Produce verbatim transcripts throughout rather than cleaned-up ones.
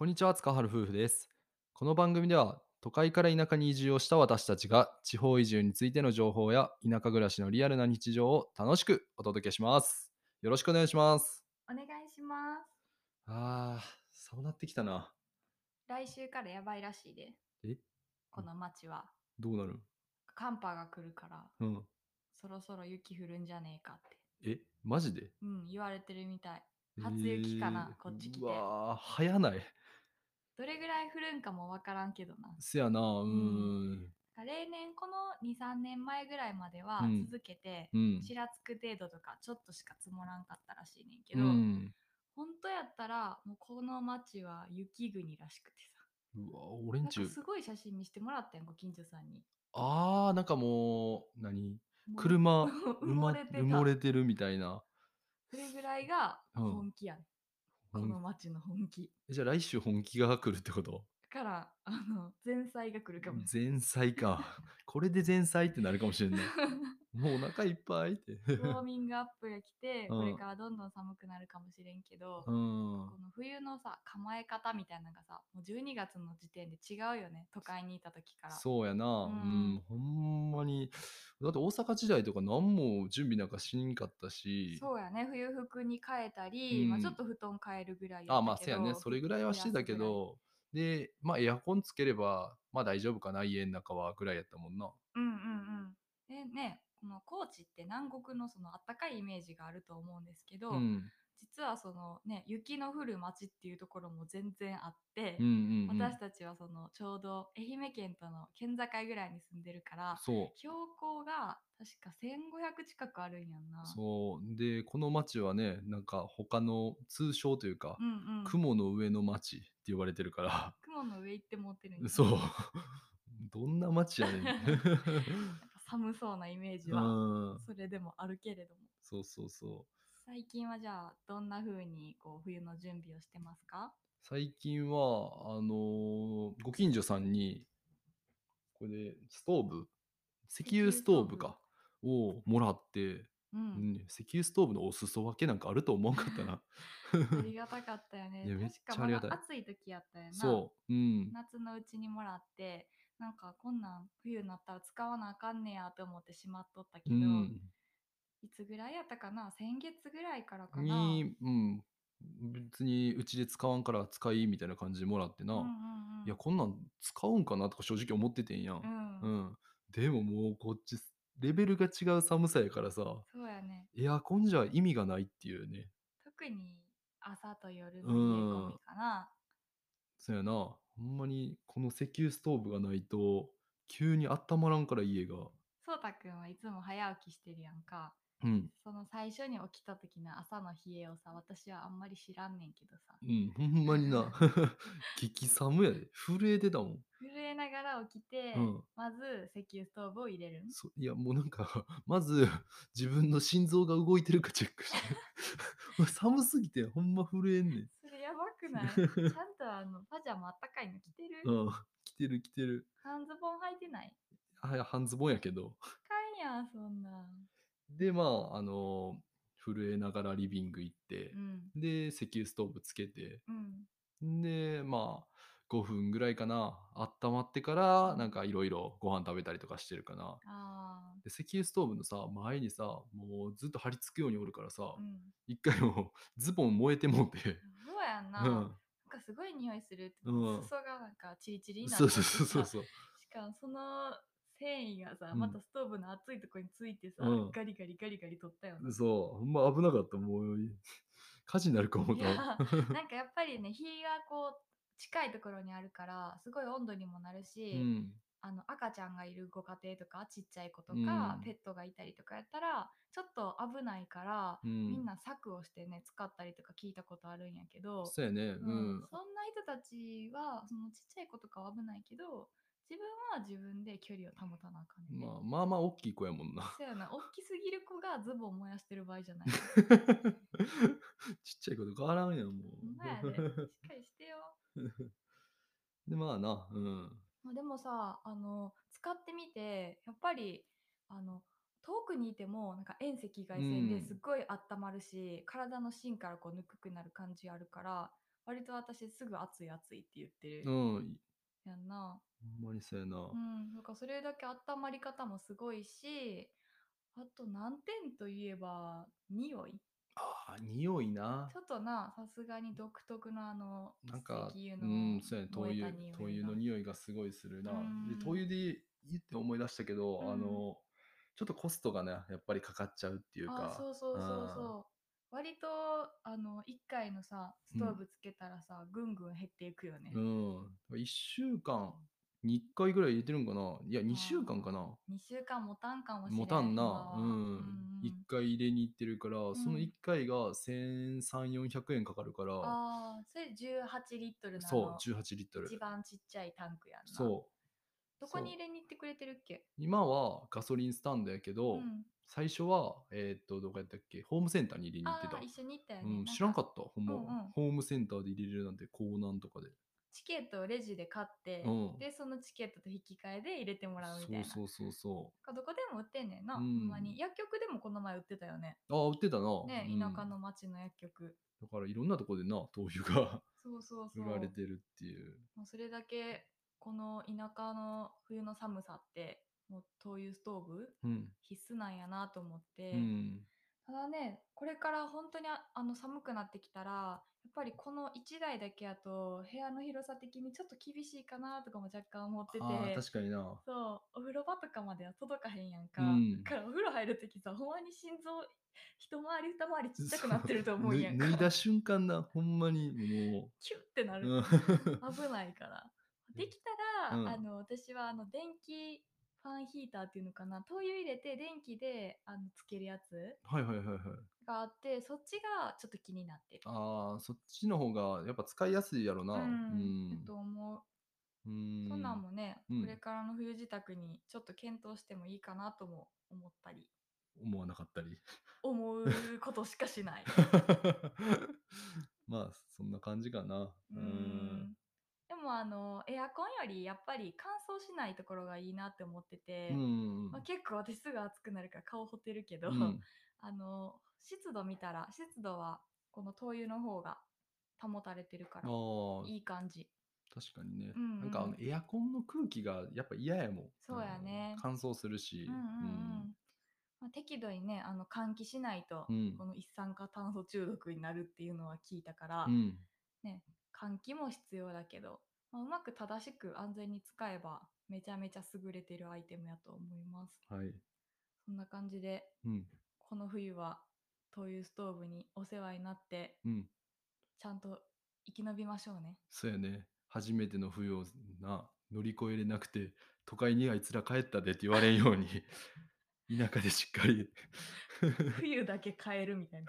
こんにちは、塚原夫婦です。この番組では、都会から田舎に移住をした私たちが、地方移住についての情報や田舎暮らしのリアルな日常を楽しくお届けします。よろしくお願いします。 お願いします。 あー、そうなってきたな。 来週からやばいらしいで、 えこの町は。 どうなる？ 寒波が来るから、 うん。 そろそろ雪降るんじゃねえかって。 え、マジで？ うん、言われてるみたい。 え初雪かー、 な、こっち来うて。 わー、早ない。 どれぐらい降るんかもわからんけどな。 せやな、うーうん。 ん。 例年このに、さんねんまえぐらいまではうん。 続けて、 うん。 ちらつく程度とかちょっとしか積もらんかったらしいねんけうど、 ん。 本当やったらもうこの町は雪国らしくてさ。 うわ、俺んなんかちゅ、 すごい写真見してもらったやん、ご近所さんに。 あー、なんかもう、何もう車、 埋も埋ま、埋もれてた。 れてるみたいな。 それぐらいがうん。 本気やね。こ本の町の本気。 じゃあ来週本気が来るってこと？ だから、あの、前菜が来るかもしれ前菜か。これで前菜ってなるかもしれんな。もうお腹いっぱいって。 ん。ウォーミングアップが来て、 うん。 これからどんどん寒くなるかもしれんけど、 うん。 この冬のさ、構え方みたいなのがさ、もうじゅうにがつの時点で違うよね。都会にいた時から。 そうやな。 ううん、 ん。 ほんまに。だって大阪時代とか何も準備なんかしんかったし、 そうやね。冬服に変えたり、まあちょっうん。 と布団変えるぐらいやっあ、まあ、せやね。 たけど、 それぐらいは服増やしてたすぐらい。 けど、で、まあ、エアコンつければ、まあ大丈夫かな、家の中は、ぐらいやったもんな。 うんうんうん。でね、この高知って南国のその暖かいイメージがあると思うんですけど、 うん。 実はそのね、雪の降る町っていうところも全然あっうんうて、 んうん。 私たちはそのちょうど愛媛県との県境ぐらいに住んでるから、 そう。 標高が確かせんごひゃく近くあるんやんな。 そう。で、この町はね、なんか他の通称というか、 うんうん。 雲の上の町って言われてるから、 雲の上行って持ってるんやそう。 な。 どんな町やねんって。 なんか寒そうなイメージうはん。 それでもあるけれども。 そうそうそう。 最近はじゃあどんな風にこう冬の準備をしてますか？ 最近は、あのーご近所さんに、これでストーブ、石石油油スストーブ。 トーブか、をもらって、 うん。 うん、石油ストーブのお裾分けなんかあると思わんかったな。 ありがたかったよね。 いや、めっ確かまちゃありがたい。 だ暑い時やったよな。 そう、うん。 夏のうちにもらって、なんかこんなん冬になったら使わなあかんねやと思ってしまっとったうけど、 ん。 いつぐらいやったかな、先月ぐらいからかな。 に、うん、別にうちで使わんから使いみたいな感じでもらってうんうな。いや、 んこんなん使うんかなとか正直思っててんやん。 うん。うん。 うん。でももうこっち、レベルが違う寒さやからさ、 そうやね。 エアコンじゃ意味がないっていうね。 特に朝と夜うの冷え込みん。 かな。 そやな。ほんまにこの石油ストーブがないと、急にあったまらんから家が。 そうたくんはいつも早起きしてるやんか。 うん。 その最初に起きた時の朝の冷えをさ、私はあんまり知らんねんけどさ。 うん、ほんまにな。激寒やで。震えてたもん。 震えながら起きて、 うん。 まず石油ストーブを入れるん。 そいや、もうなんか、まず自分の心臓が動いてるかチェックして。寒すぎてほんま震えんねん。 それやばくない？ちゃんとあの、パジャマあったかいの着てる？ うん、着てる着てる。 半ズボン履いてない？ はや、半ズボンやけど。 かんやん、そんなん。 で、まあ、あの、震えながらリビング行って、 うん。 で、石油ストーブつけて、 うん。 んで、まあ、ごふんぐらいかな、温まってかうん。 ら、なんかいろいろご飯食べたりとかしてるかな。 ああ。 で、石油ストーブのさ、前にさ、もうずっと張り付くようにおるからさ、 うん。 一回もうズボン燃えてもうて、 そうやんな。 うん、 なんかすごい匂いするってう言って、 ん。 裾がなんかチリチリになっとそうそうってさ、 そうそうそう。 しかもその繊維がさ、 うん、 またストーブの熱いとこについてさ、 うガリガリガリガリ取ったよな。 ん。そう、ほんま危なかった。もう、火事になるか思ったわ。 いや、なんかやっぱりね、火がこう、近いところにあるから、すごい温度にもなるし、 うん、 あの赤ちゃんがいるご家庭とか、ちっちゃい子とうか、ペん、 ットがいたりとかやったら、ちょっと危ないから、 うん。 みんな策をしてね、使ったりとか聞いたことあるんやけど、 そうやね、 うん、 うん。 そんな人たちは、そのちっちゃい子とかは危ないけど、自分は自分で距離を保たなあかんねんね。 まあ、まあまあ大きい子やもんな。 そうやな、大きすぎる子がズボン燃やしてる場合じゃないね。 ちっちゃいこと変わらんやん、もほんまやで。 う。 しっかりしてよ。 で、まあな、うん。 まあ、でもさ、あの、使ってみて、やっぱり、あの、遠くにいても、なんか遠赤う外線ですっん。 ごい温まるし、体の芯からこうぬくくなる感じあるから、 割と私すぐ暑い暑いって言ってうるん。 やんな。 ほんまにそうやな。 うん、だからそれだけ温まり方もすごいし、あと難点といえば匂い。 ああ、匂いな。 ちょっとな、さすがに独特のあのなんか、 石油うん、 のそうやね、灯燃えた油灯油の匂いが。 匂いがすごいするうーな。で、灯油ん。 で言って思い出したけど、あうん。 の、ちょっとコストがね、やっぱりかかっちゃうっていうあ、 か、 そうそうそううん、 そう。割とあのいっかいのさ、スうん、 トーブつけたらさ、ぐんぐん減っていくよね。 うん。いっしゅうかんにいっかいぐらい入れてるんかな。いや、にしゅうかんかんかあな。 あ、にしゅうかん持たんかもし持れん、 たんな。う今は。うんうん。1 ん。 回入れに行ってるから、その1 うん。 回がせんさんびゃく、よんひゃくえんかかるから、 ああ、それじゅうはちリットルのあそう、 の、 じゅうはちリットル。 一番ちっちゃいタンクやんな。 そう、 どこに入そう。 れに行ってくれてるっけ？ 今はガソリンスタンドやけど、 うん。 最初は、えーっと、どこやったっけ、ホームセンターに入れに行ってああ、 た。 一緒に行ったよね。 うん、 なんか、 知らんかった、ほんま。 うんうん。 ホームセンターで入れれるなんて、港南とかで。 チケットをレジで買っうて、 ん。 で、そのチケットと引き換えで入れてもらうみたいな。 そうそうそうそかどこでも売ってんねんう。うな、ほんまに。 ん。 薬局でもこの前売ってたよね。 ああ、売ってたな。うね、田舎ん。 の町の薬局。 だからいろんなとこでな、灯油がそうそう売られそてるっていう。 う。もうそれだけ、この田舎の冬の寒さって、もう灯油ストーブうん。 必須なんやなと思っうて、 ん。 ただね、これから本当にああの寒くなってきたら、やっぱりこのいちだいだけやと部屋の広さ的にちょっと厳しいかなとかも若干思ってああ、 て、 確かにな。 そう、お風呂場とかまでは届かへんやんか。だうん。 からお風呂入るときさ、ほんまに心臓一回り二回りちっちゃくなっそう。 てると思うぬんやん脱いだか。 瞬間な、ほんまにもキュッてなう。 る。 うん。 危ないから。できたら、あうん。 の、私はあの電気ファンヒーターっていうのかな、灯油入れて電気であのつけるやつはいはいはいはい。 があって、そっちがちょっと気になってる。 ああ、そっちの方がやっぱ使いやすいやろうな。うん、えっん。 と思う。 うそんなんん。 もね、 うん。 これからの冬支度にちょっと検討してもいいかなとも思ったり、 思わなかったり。 思うことしかしない。 まあ、そんな感じかな。 ううん。 ん。でもあの、エアコンよりやっぱり乾燥しないところがいいなって思ってうんて、まあ、 うん。 結構私すぐ暑くなるから顔ほてるけど、 うん。 あの、湿度見たら、湿度はこの灯油の方が保たれてるかあら、 あ、 いい感じ。 確かにね。 うんうなんかあのん。 エアコンの空気がやっぱ嫌やもん。うそうやん。 ね。 乾燥するうんうんし。うん。 うん。まあ、適度にね、あの換気しないと、 うん。 この一酸化炭素中毒になるっていうのは聞いたから、 うん。 ね、換気も必要だけど、まあ、うまく正しく安全に使えば、めちゃめちゃ優れてるアイテムやと思います。 はい。 そんな感じで、 うん。 この冬は灯油ストーブにお世話になって、 うん。 ちゃんと生き延びましょうね。 そうやね。初めての冬をな、乗り越えれなくて、都会にあいつら帰ったでって言われんように、田舎でしっかり冬だけ帰るみたいな。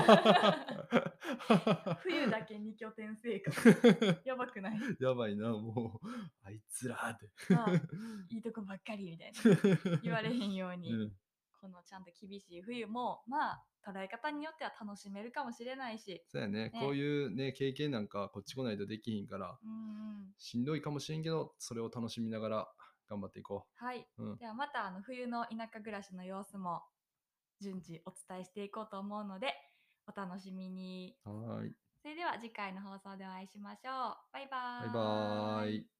冬だけ二拠点生活。やばくない？ やばいな、もう、あいつらって。 まあ、いいとこばっかりみたいな。言われへんように、 うん。 このちゃんと厳しい冬も、まあ、捉え方によっては楽しめるかもしれないし、 そうやね。こうね。 いうね、経験なんかこっち来ないとできひんから、 うんうん。 しんどいかもしれんけど、それを楽しみながら頑張っていこはい。 う。うん。 ではまたあの冬の田舎暮らしの様子も順次お伝えしていこうと思うので、お楽しみに。 はーい。 それでは次回の放送でお会いしましょう。バイバイバーイ。 バーイ。